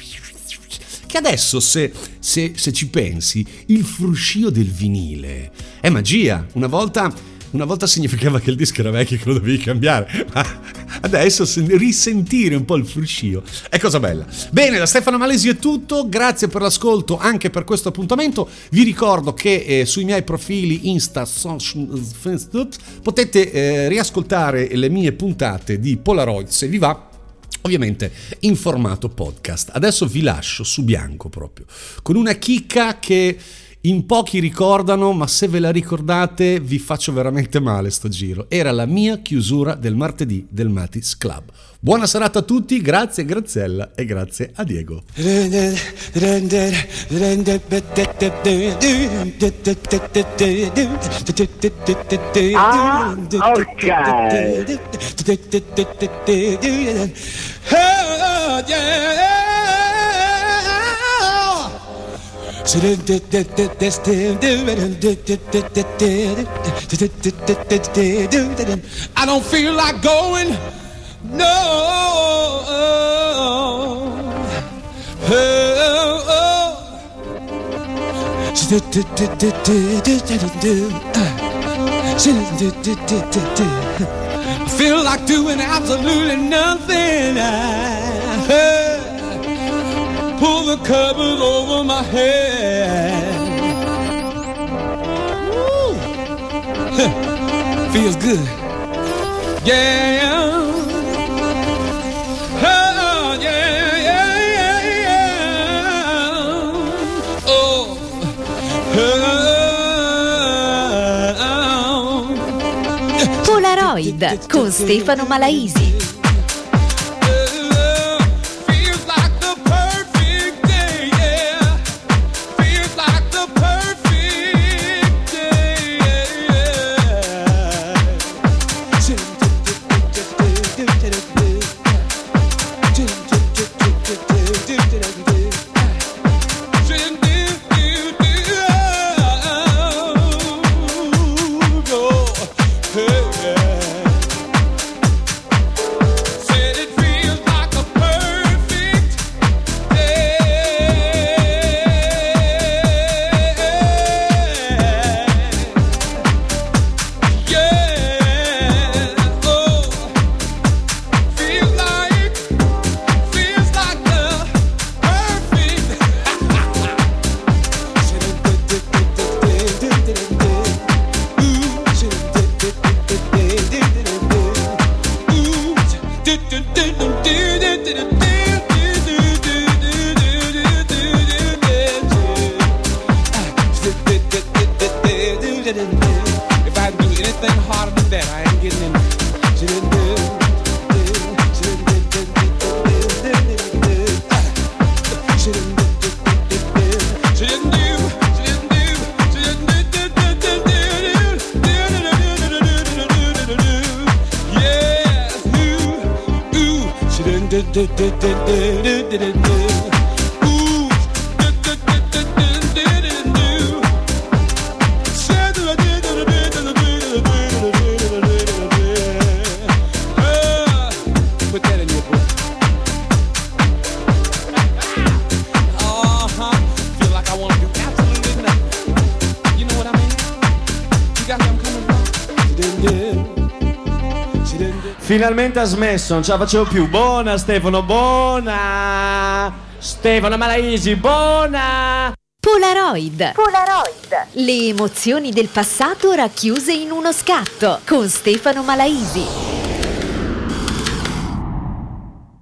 [SPEAKER 3] che adesso se, se, se ci pensi il fruscio del vinile è magia. Una volta Una volta significava che il disco era vecchio e che lo dovevi cambiare, ma adesso risentire un po' il fruscio è cosa bella. Bene, da Stefano Malesi è tutto, grazie per l'ascolto anche per questo appuntamento. Vi ricordo che eh, sui miei profili Insta, Facebook, potete eh, riascoltare le mie puntate di Polaroid se vi va, ovviamente in formato podcast. Adesso vi lascio su bianco proprio con una chicca che in pochi ricordano, ma se ve la ricordate vi faccio veramente male sto giro. Era la mia chiusura del martedì del Matis Club. Buona serata a tutti, grazie Graziella e grazie a Diego.
[SPEAKER 8] Ah, ok. Oh, yeah. I don't feel like going, no. Oh, oh. I feel like doing absolutely nothing. I, pull the covers over my head. Woo. Feels good. Yeah. Oh, yeah, yeah, yeah, yeah. Oh. Oh.
[SPEAKER 1] Polaroid con Stefano Malaisi.
[SPEAKER 8] Put that in your book. Uh-huh. Feel like I want to do absolutely nothing. You know what I mean? You got them coming from? She didn't do. She didn't do.
[SPEAKER 9] Finalmente ha smesso, non ce la facevo più. Buona Stefano, buona. Stefano Malaisi, buona.
[SPEAKER 1] Polaroid. Polaroid. Le emozioni del passato racchiuse in uno scatto con Stefano Malaisi.